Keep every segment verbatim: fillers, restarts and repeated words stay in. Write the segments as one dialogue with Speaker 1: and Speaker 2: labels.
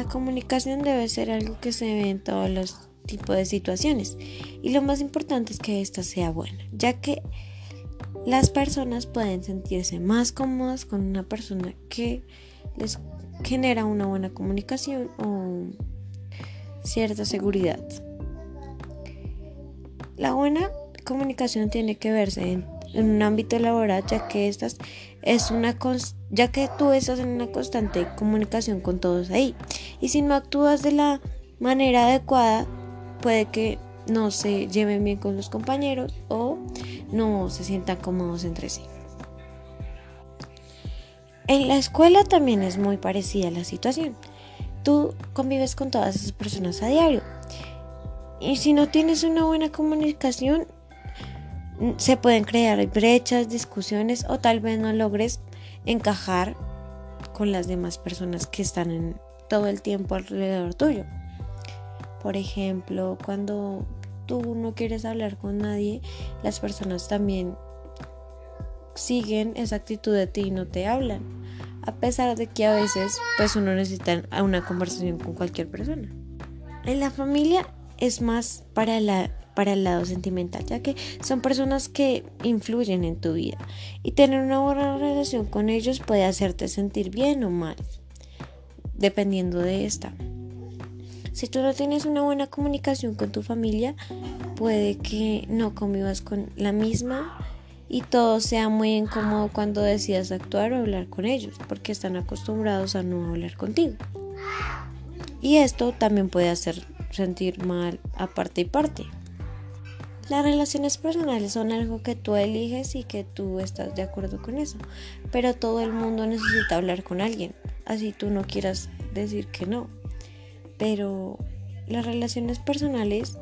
Speaker 1: La comunicación debe ser algo que se ve en todos los tipos de situaciones y lo más importante es que ésta sea buena, ya que las personas pueden sentirse más cómodas con una persona que les genera una buena comunicación o cierta seguridad. La buena comunicación tiene que verse en, en un ámbito laboral, ya que estas es una cons- ya que tú estás en una constante comunicación con todos ahí, y si no actúas de la manera adecuada, puede que no se lleven bien con los compañeros o no se sientan cómodos entre sí. En la escuela también es muy parecida la situación. Tú convives con todas esas personas a diario. Y si no tienes una buena comunicación, se pueden crear brechas, discusiones o tal vez no logres encajar con las demás personas que están en todo el tiempo alrededor tuyo. Por ejemplo, cuando tú no quieres hablar con nadie, las personas también siguen esa actitud de ti y no te hablan, a pesar de que a veces pues uno necesita una conversación con cualquier persona. En la familia es más para la para el lado sentimental, ya que son personas que influyen en tu vida y tener una buena relación con ellos puede hacerte sentir bien o mal, dependiendo de esta. Si tú no tienes una buena comunicación con tu familia, puede que no convivas con la misma y todo sea muy incómodo cuando decidas actuar o hablar con ellos, porque están acostumbrados a no hablar contigo. Y esto también puede hacer sentir mal a parte y parte. Las relaciones personales son algo que tú eliges y que tú estás de acuerdo con eso, pero todo el mundo necesita hablar con alguien, así tú no quieras decir que no. Pero las relaciones personales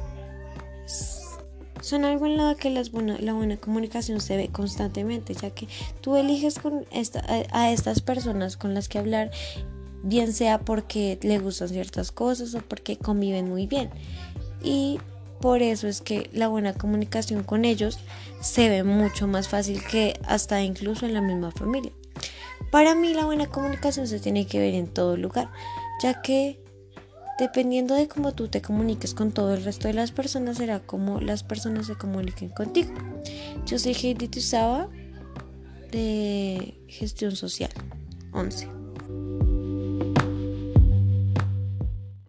Speaker 1: son algo en lo que las buena, la buena comunicación se ve constantemente, ya que tú eliges con esta, a, a estas personas con las que hablar, bien sea porque le gustan ciertas cosas o porque conviven muy bien. Y por eso es que la buena comunicación con ellos se ve mucho más fácil que hasta incluso en la misma familia. Para mí la buena comunicación se tiene que ver en todo lugar, ya que dependiendo de cómo tú te comuniques con todo el resto de las personas, será como las personas se comuniquen contigo. Yo soy Heidi Tuzaba de Gestión Social once.